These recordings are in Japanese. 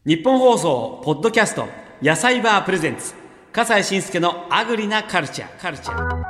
日本放送ポッドキャスト野菜バープレゼンツ笠西慎介のアグリなカルチャー。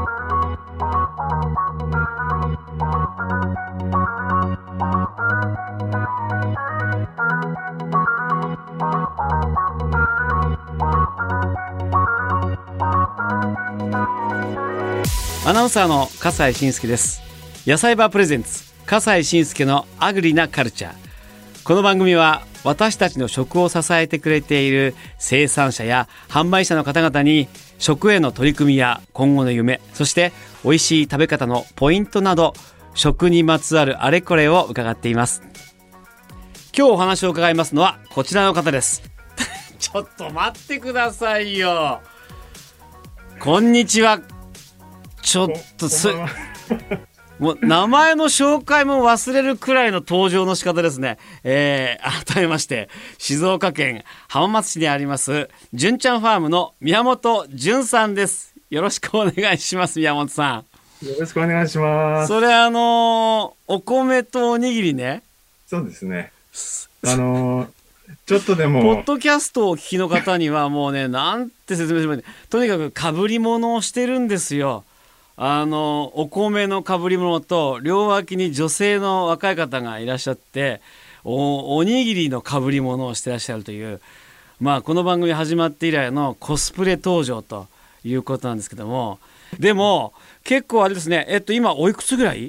アナウンサーの笠西慎介です。野菜バープレゼンツ笠西慎介のアグリなカルチャー。この番組は私たちの食を支えてくれている生産者や販売者の方々に食への取り組みや今後の夢、そして美味しい食べ方のポイントなど食にまつわるあれこれを伺っています。今日お話を伺いますのはこちらの方ですちょっと待ってくださいよ。こんにちは。ちょっともう名前の紹介も忘れるくらいの登場の仕方ですね。改めまして静岡県浜松市にあります純ちゃんファームの宮本純さんです。よろしくお願いします。宮本さん、よろしくお願いします。 それお米とおにぎりね。 そうですね。ちょっとでもポッドキャストをお聞きの方にはもうね、なんて説明すればいい、とにかく被り物をしてるんですよ。お米の被り物と両脇に女性の若い方がいらっしゃって、おにぎりの被り物をしてらっしゃるという、この番組始まって以来のコスプレ登場ということなんですけども、でも結構あれですね。今おいくつぐらい？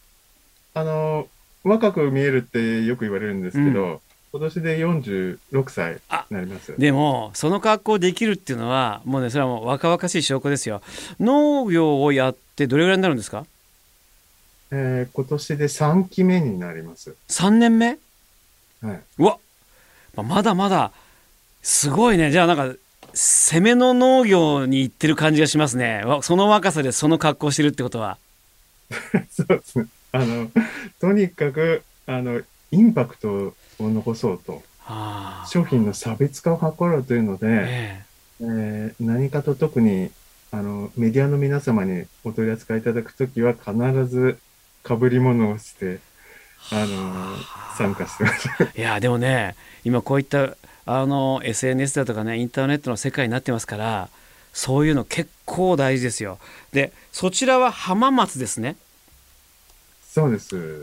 若く見えるってよく言われるんですけど、今年で46歳になります。 でもその格好できるっていうのはもうね、それはもう若々しい証拠ですよ。農業をやってどれぐらいになるんですか？ 今年で3期目になります。 3年目？ はい。 うわ、まだまだすごいね。じゃあなんか攻めの農業に行ってる感じがしますね。その若さでその格好してるってことはそうですね。とにかくインパクトを残そうと、商品の差別化を図ろうというので、何かと特にメディアの皆様にお取り扱いいただくときは必ず被り物をして参加してます。 いやでもね、今こういったSNS だとかね、インターネットの世界になってますから、そういうの結構大事ですよ。で、そちらは浜松ですね。 そうです。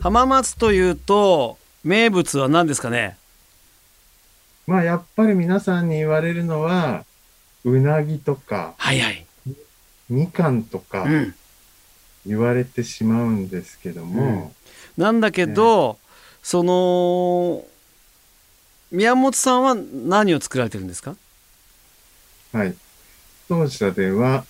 浜松というと名物は何ですかね？ やっぱり皆さんに言われるのはうなぎとか、みかんとか言われてしまうんですけども、 なんだけど、その宮本さんは何を作られてるんですか？ はい、当社では、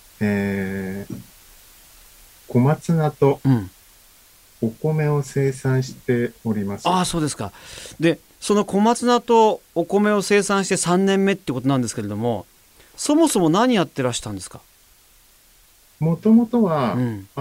小松菜とお米を生産しております。 ああ、そうですか。で、その小松菜とお米を生産して3年目ってことなんですけれども、そもそも何やってらしたんですか？ もともとは、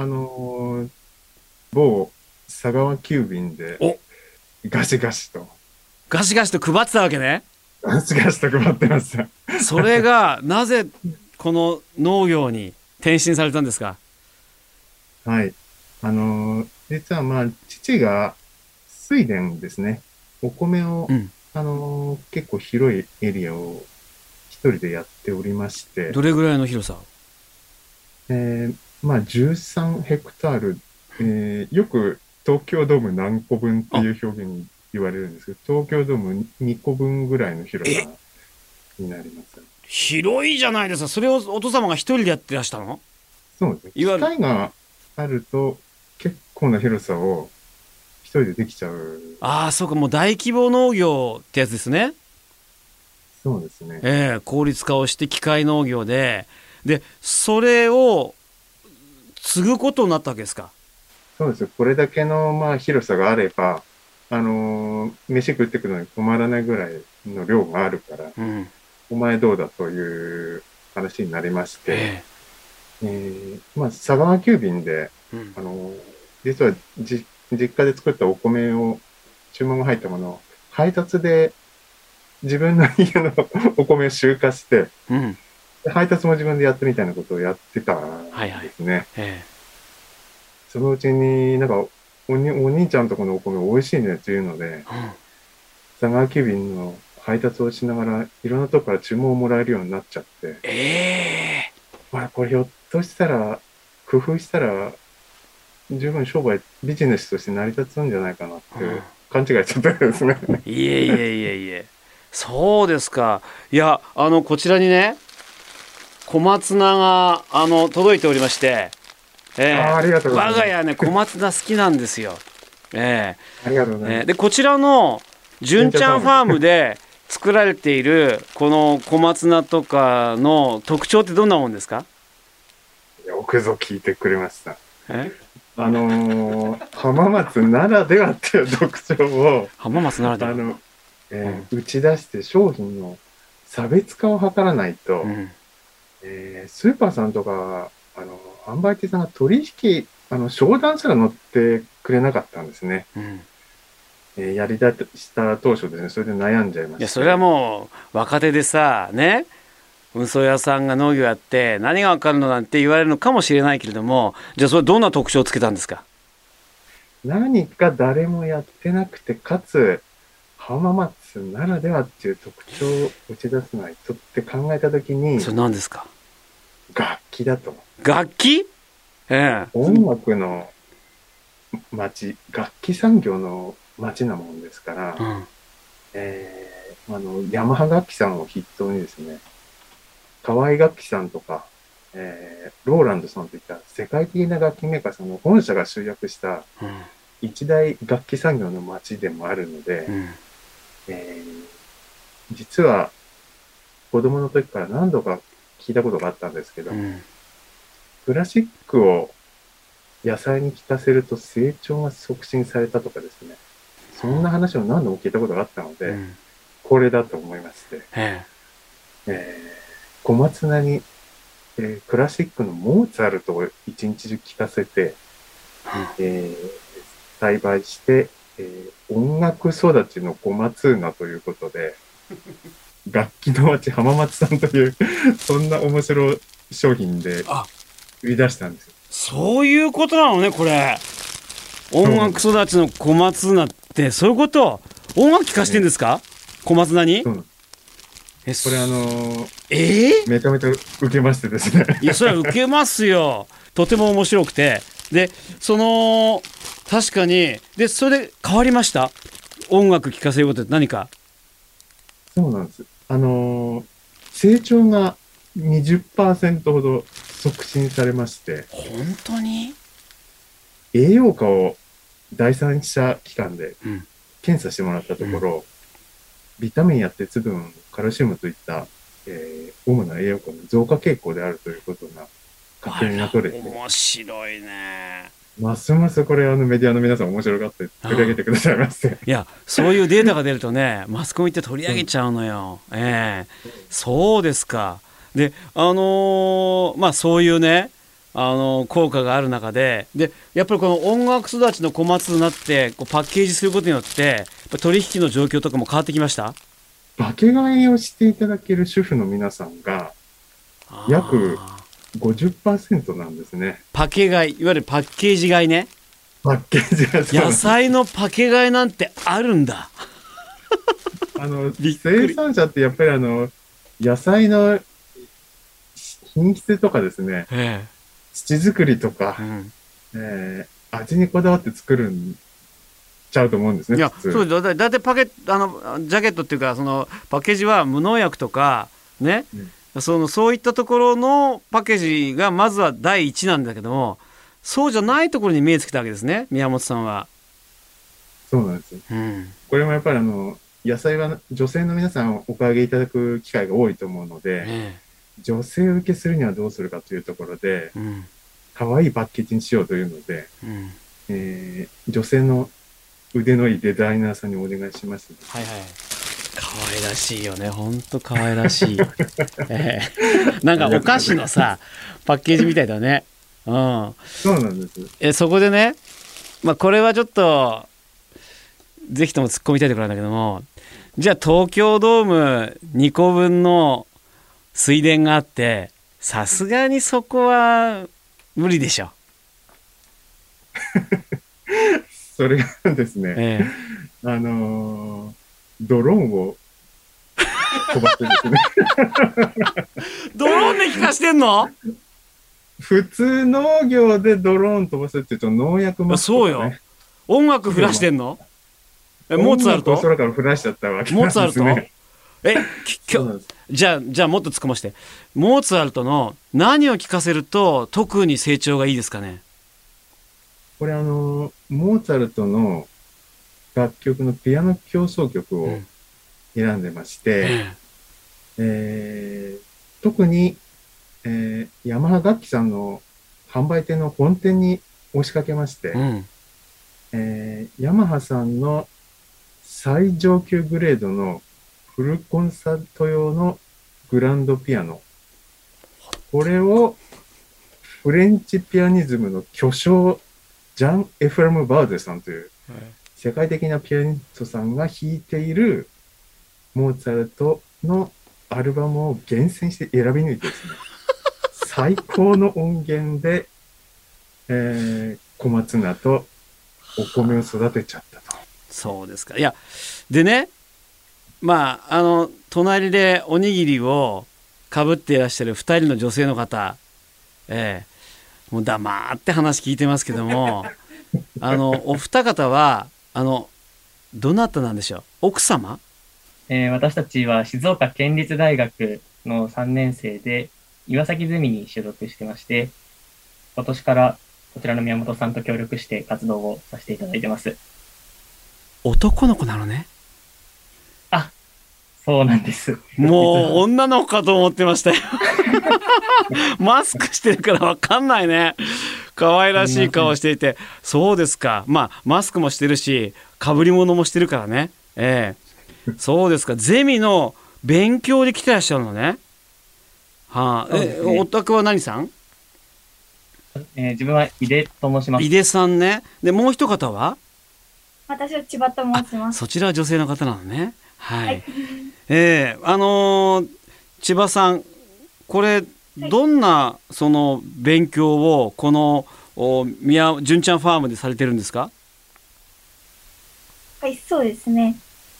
某佐川急便でガシガシと配ってたわけね。 ガシガシと配ってました。 それがなぜこの農業に転身されたんですか？ はい。実は父が水田ですね。お米を、結構広いエリアを一人でやっておりまして。 どれぐらいの広さ ？13ヘクタール、よく東京ドーム何個分っていう表現に言われるんですけど、東京ドーム2個分ぐらいの広さになります。 広いじゃないですか。それをお父様が一人でやってらしたの？ そうですね。機械があると結構な広さを一人でできちゃう。 ああ、そうか。もう大規模農業ってやつですね。 そうですね。 効率化をして機械農業で、それを継ぐことになったわけですか？ そうです。これだけの広さがあれば、飯食ってくるのに困らないぐらいの量があるから、お前どうだという話になりまして、佐川急便で、実は実家で作ったお米を、注文が入ったものを、配達で自分の家のお米を集荷して、配達も自分でやってみたいなことをやってたんですね。そのうちになんかお兄ちゃんとこのお米美味しいねっていうので、佐川急便の配達をしながら、いろんなとこから注文をもらえるようになっちゃって、これひょっとしたら、工夫したら、十分商売、ビジネスとして成り立つんじゃないかなって勘違いしちゃったですね。 いえいえいえいえ、そうですか。いや、こちらにね、小松菜が届いておりまして、 ありがとうございます。 我が家ね、小松菜好きなんですよ。 ありがとうございます。 でこちらの純ちゃんファームで作られているこの小松菜とかの特徴ってどんなもんですか？ よくぞ聞いてくれました。浜松ならではっていう特徴を浜松ならでは打ち出して商品の差別化を図らないと、スーパーさんとか販売店さんが取引商談すら乗ってくれなかったんですね。やりだした当初ですね、それで悩んじゃいました。 いや、それはもう若手でさね、運送屋さんが農業やって何が分かるのなんて言われるのかもしれないけれども、じゃあそれどんな特徴をつけたんですか？ 何か誰もやってなくて、かつ浜松ならではっていう特徴を打ち出すないとって考えたときに、 それ何ですか？ 楽器だと。 楽器？ 音楽の街、楽器産業の街なもんですから、ヤマハ楽器さんを筆頭にですね、河合楽器さんとか、ローランドさんといった世界的な楽器メーカーさんの本社が集約した一大楽器産業の街でもあるので、実は子供の時から何度か聞いたことがあったんですけど、クラシックを野菜に効かせると成長が促進されたとかですね、そんな話を何度も聞いたことがあったので、これだと思いまして、小松菜に、クラシックのモーツァルトを一日中聴かせて、栽培して、音楽育ちの小松菜ということで、楽器の町浜松さんというそんな面白い商品で売り出したんですよ。 そういうことなのね、これ。音楽育ちの小松菜ってそういうこと？音楽聴かせてんですか？小松菜に？ これめちゃめちゃ受けましてですね。 いや、それは受けますよ。とても面白くて、で確かに、でそれで変わりました？音楽聴かせることって何か？ そうなんです。成長が 20% ほど促進されまして。 本当に？ 栄養価を第三者機関で検査してもらったところ、ビタミンや鉄分、カルシウムといった、主な栄養価の増加傾向であるということが確認が取れて。 面白いね。 ますますこれメディアの皆さん面白がって取り上げてくださいまして。 いや、そういうデータが出るとね、マスコミって取り上げちゃうのよ。そうですか。で、そういうね、効果がある中で、やっぱりこの音楽育ちの小松菜ってこうパッケージすることによって取引の状況とかも変わってきました？ 化け買いをしていただける主婦の皆さんが約50% なんですね。 パケ買い、いわゆるパッケージ買いね。 パッケージ買い。 野菜のパケ買いなんてあるんだ。 生産者ってやっぱり野菜の品質とかですね、土作りとか、味にこだわって作るんちゃうと思うんですね。 いや、そうだいたいジャケットっていうかパッケージは無農薬とかね、そういったところのパッケージがまずは第一なんだけども、そうじゃないところに目つけたわけですね、宮本さんは。 そうなんですよ。これもやっぱり野菜は女性の皆さんお買い上げいただく機会が多いと思うので、女性受けするにはどうするかというところで、可愛いパッケージにしようというので、女性の腕のいいデザイナーさんにお願いします。 はいはい。可愛らしいよね、ほんと可愛らしい。なんかお菓子のさパッケージみたいだね。 そうなんです。 そこでね、これはちょっとぜひとも突っ込みたいところなんだけども、じゃあ東京ドーム2個分の水田があって、さすがにそこは無理でしょ。 それがですね、ドローンを飛ばしてですね。 ドローンで聞かしてんの？ 普通農業でドローン飛ばすって言うと農薬マスとか、ね、 そうよ。音楽降らしてんの？モーツァルト？ 空から降らしちゃったわけなんですね。 モーツァルト？じゃあもっと突っ込まして、モーツァルトの何を聞かせると特に成長がいいですかね？ これモーツァルトの楽曲のピアノ協奏曲を選んでまして、特に、ヤマハ楽器さんの販売店の本店に押しかけまして、ヤマハさんの最上級グレードのフルコンサート用のグランドピアノ。これをフレンチピアニズムの巨匠、ジャン・エフラム・バーゼさんという世界的なピアニストさんが弾いているモーツァルトのアルバムを厳選して選び抜いてですね、最高の音源で、小松菜とお米を育てちゃったと。 そうですか。いやでね、隣でおにぎりをかぶっていらっしゃる2人の女性の方、もう黙って話聞いてますけどもお二方はどなたなんでしょう？奥様？ 私たちは静岡県立大学の3年生で岩崎ゼミに所属してまして、今年からこちらの宮本さんと協力して活動をさせていただいてます。 男の子なのね。 あ、そうなんです。 もう女の子かと思ってましたよマスクしてるから分かんないね。可愛らしい顔していて。そうですか。マスクもしてるしかぶり物もしてるからね。そうですか。ゼミの勉強で来てらっしゃるのね。お宅は何さん？ 自分は井出と申します。 井出さんね。でもう一方は？ 私は千葉と申します。 そちらは女性の方なのね。はい。千葉さん、これどんなその勉強をこの純ちゃんファームでされてるんですか？ はい、そうですね。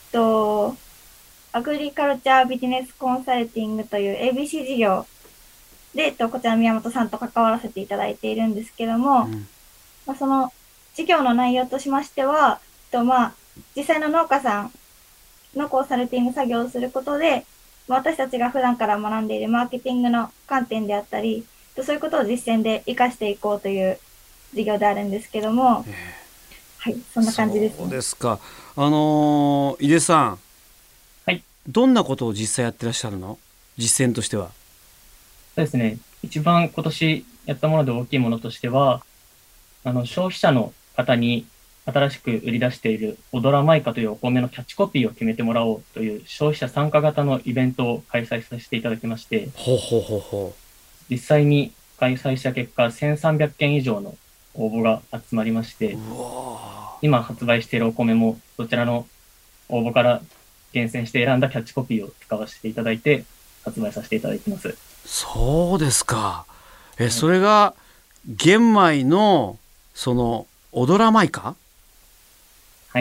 アグリカルチャービジネスコンサルティングという ABC 事業で、こちらの宮本さんと関わらせていただいているんですけども、その事業の内容としましては、実際の農家さんのコンサルティング作業をすることで、私たちが普段から学んでいるマーケティングの観点であったり、そういうことを実践で活かしていこうという事業であるんですけども、はい、そんな感じですね。 そうですか。井出さん、 はい、 どんなことを実際やってらっしゃるの？実践としては。 そうですね。一番今年やったもので大きいものとしては、消費者の方に新しく売り出しているオドラマイカというお米のキャッチコピーを決めてもらおうという消費者参加型のイベントを開催させていただきまして、実際に開催した結果、1300件以上の応募が集まりまして、今発売しているお米もそちらの応募から厳選して選んだキャッチコピーを使わせていただいて発売させていただいてます。 そうですか。それが玄米のそのオドラマイカ？ はい。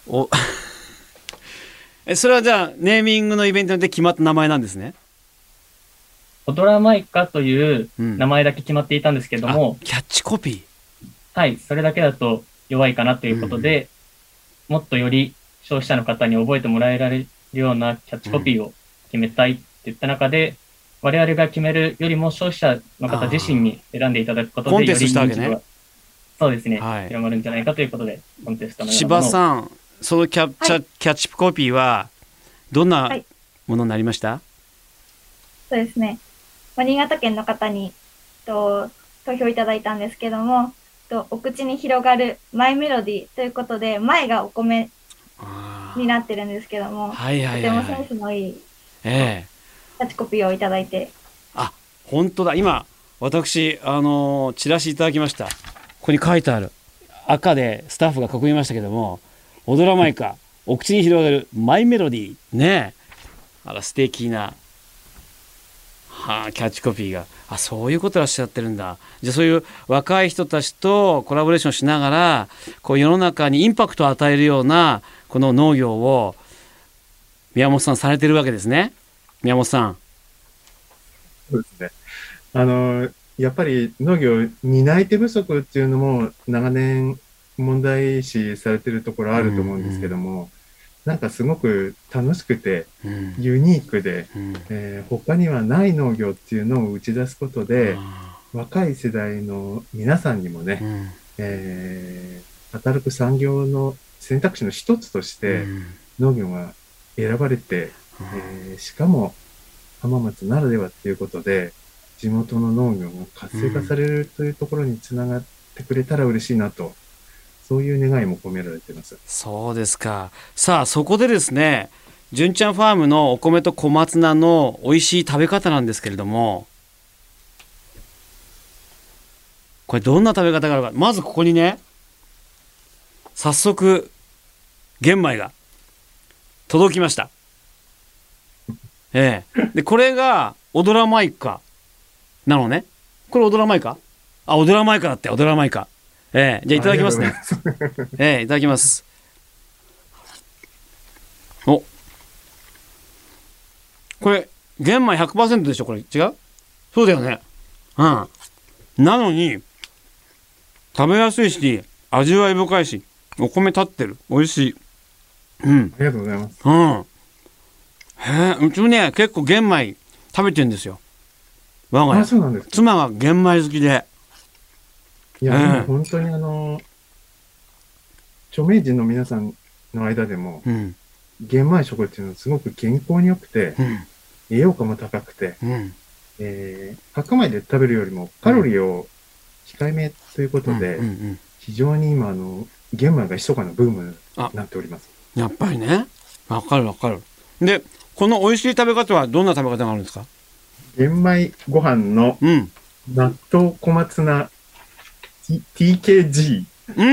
それはじゃあネーミングのイベントで決まった名前なんですね。 オドラマイカという名前だけ決まっていたんですけども、 キャッチコピー。 はい、それだけだと弱いかなということで、もっとより消費者の方に覚えてもらえられるようなキャッチコピーを決めたいって言った中で、我々が決めるよりも消費者の方自身に選んでいただくことで、 コンテストしたわけね。 そうですね、広まるんじゃないかということで、コンテストのよう千なものを。 葉さん、そのキャッチコピーはどんなものになりました？ そうですね。新潟県の方に投票いただいたんですけども、お口に広がるマイメロディということで、前がお米になってるんですけども、とてもセンスのいいキャッチコピーをいただいて。 本当だ。今私チラシいただきました。ここに書いてある。赤でスタッフが囲みましたけども、オドラマイカ、お口に広がるマイメロディね。素敵なキャッチコピーが。そういうことをおっしゃってるんだ。じゃあそういう若い人たちとコラボレーションしながら、こう世の中にインパクトを与えるようなこの農業を宮本さんされてるわけですね。宮本さん。 そうですね。やっぱり農業担い手不足っていうのも長年問題視されてるところあると思うんですけども、なんかすごく楽しくてユニークで、他にはない農業っていうのを打ち出すことで、若い世代の皆さんにもね、働く産業の選択肢の一つとして農業が選ばれて、しかも浜松ならではっていうことで、地元の農業が活性化されるというところにつながってくれたら嬉しいなと、そういう願いも込められています。 そうですか。さあ、そこでですね、純ちゃんファームのお米と小松菜の美味しい食べ方なんですけれども、これどんな食べ方があるか。まずここにね、早速玄米が届きました。でこれがオドラマイカなのね。これオドラマイカ？あ、オドラマイカだって、オドラマイカ。じゃあいただきますね。いただきます。お、これ玄米 100% でしょ。これ違う？そうだよね。なのに食べやすいし、味わい深いし、お米立ってる、美味しい。 ありがとうございます。 うちもね、結構玄米食べてるんですよ。我が家。 そうなんですか。 妻が玄米好きで。 いや、本当に著名人の皆さんの間でも、玄米食っていうのはすごく健康に良くて、栄養価も高くて、白米で食べるよりもカロリーを控えめということで、非常に今玄米が密かなブームになっております。 やっぱりね、わかるわかる。で、この美味しい食べ方はどんな食べ方があるんですか？ 玄米ご飯の納豆小松菜 TKG、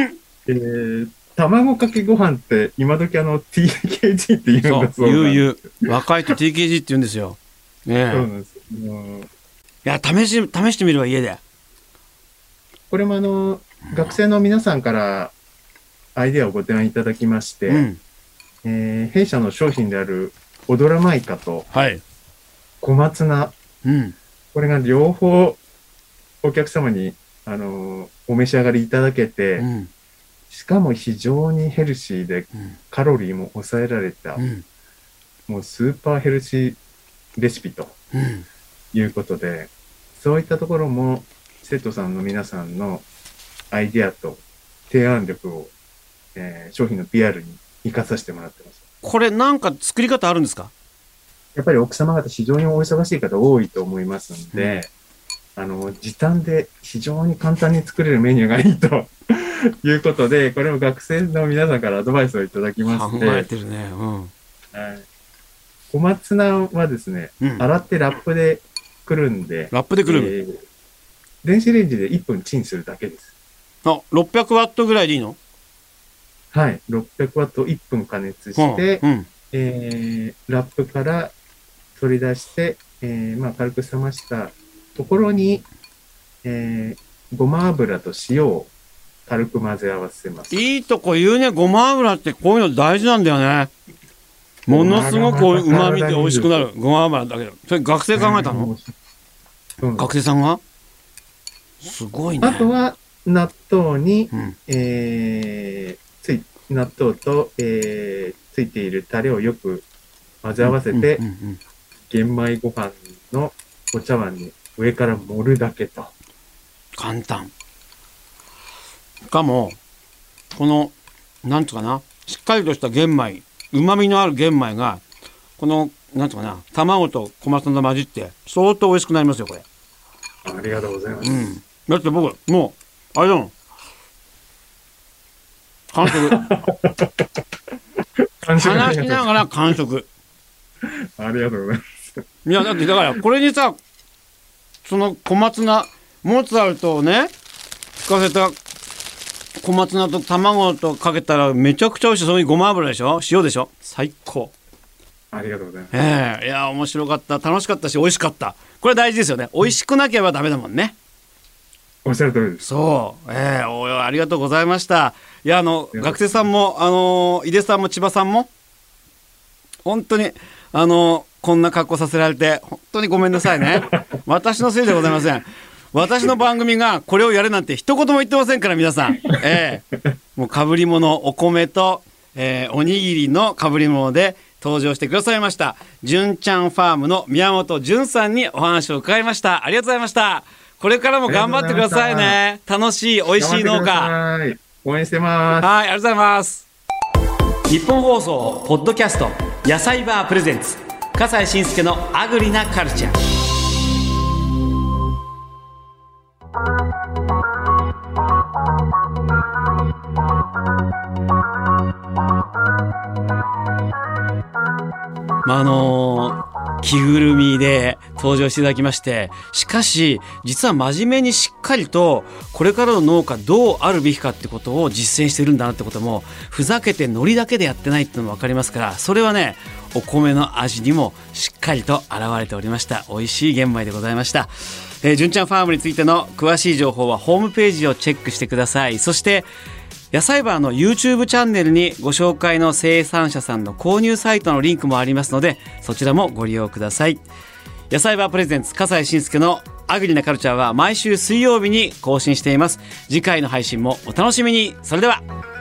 卵かけご飯って今時TKG って言うんだそうなんです。 言う若いと TKG って言うんですよ。そうなんです。いや、試してみるわ、家で。 これも学生の皆さんからアイデアをご提案いただきまして、弊社の商品であるオドラマイカと小松菜、これが両方お客様にお召し上がりいただけて、しかも非常にヘルシーでカロリーも抑えられた、もうスーパーヘルシーレシピということで、そういったところも生徒さんの皆さんのアイデアと提案力を、商品の PR に生かさせてもらってます。 これなんか作り方あるんですか？ やっぱり奥様方非常にお忙しい方多いと思いますので、時短で非常に簡単に作れるメニューがいいということで、これを学生の皆さんからアドバイスをいただきまして、 考えてるね。 小松菜はですね、洗ってラップでくるんで、電子レンジで1分チンするだけです。 600ワットぐらいでいいの？ はい、600ワット1分加熱して、ラップから取り出して、軽く冷ましたところに、ごま油と塩を軽く混ぜ合わせます。 いいとこ言うね。ごま油ってこういうの大事なんだよね。ものすごくうまみで美味しくなる。ごま油だけど。それ学生考えたの？学生さんが？すごいね。 あとは納豆に、納豆と、ついているタレをよく混ぜ合わせて、玄米ご飯のお茶碗に上から盛るだけと。 簡単。しかもこのなんつうかな、しっかりとした玄米、うまみのある玄米がこのなんつうかな、卵と小松菜と混じって相当美味しくなりますよこれ。 ありがとうございます。 だって僕もうあれだもん、完食話しながら完食。 ありがとうございます。 いやだってだからこれにさ、その小松菜モーツァルトをね聞かせた小松菜と卵とかけたらめちゃくちゃ美味しい。そこにごま油でしょ、塩でしょ、最高。 ありがとうございます。 いや面白かった、楽しかったし美味しかった。これ大事ですよね。美味しくなければダメだもんね。 おっしゃる通りです。 そう、ありがとうございました。いや学生さんも井出さんも千葉さんも本当にこんな格好させられて本当にごめんなさいね。私のせいでございません。私の番組がこれをやれなんて一言も言ってませんから皆さん、もう被り物、お米と、おにぎりの被り物で登場してくださいました純ちゃんファームの宮本純さんにお話を伺いました。ありがとうございました。これからも頑張ってくださいね。楽しい美味しい農家応援してます。 はい、ありがとうございます。日本放送ポッドキャスト野菜バープレゼンツ笠西慎介のアグリなカルチャー。着ぐるみで登場していただきまして、しかし実は真面目にしっかりとこれからの農家どうあるべきかってことを実践してるんだなってことも、ふざけてノリだけでやってないっていうのも分かりますから、それはねお米の味にもしっかりと現れておりました。美味しい玄米でございました。純ちゃんファームについての詳しい情報はホームページをチェックしてください。そして野菜バーの YouTube チャンネルにご紹介の生産者さんの購入サイトのリンクもありますので、そちらもご利用ください。野菜バープレゼンツ笠西慎介のアグリなカルチャーは毎週水曜日に更新しています。次回の配信もお楽しみに。それでは。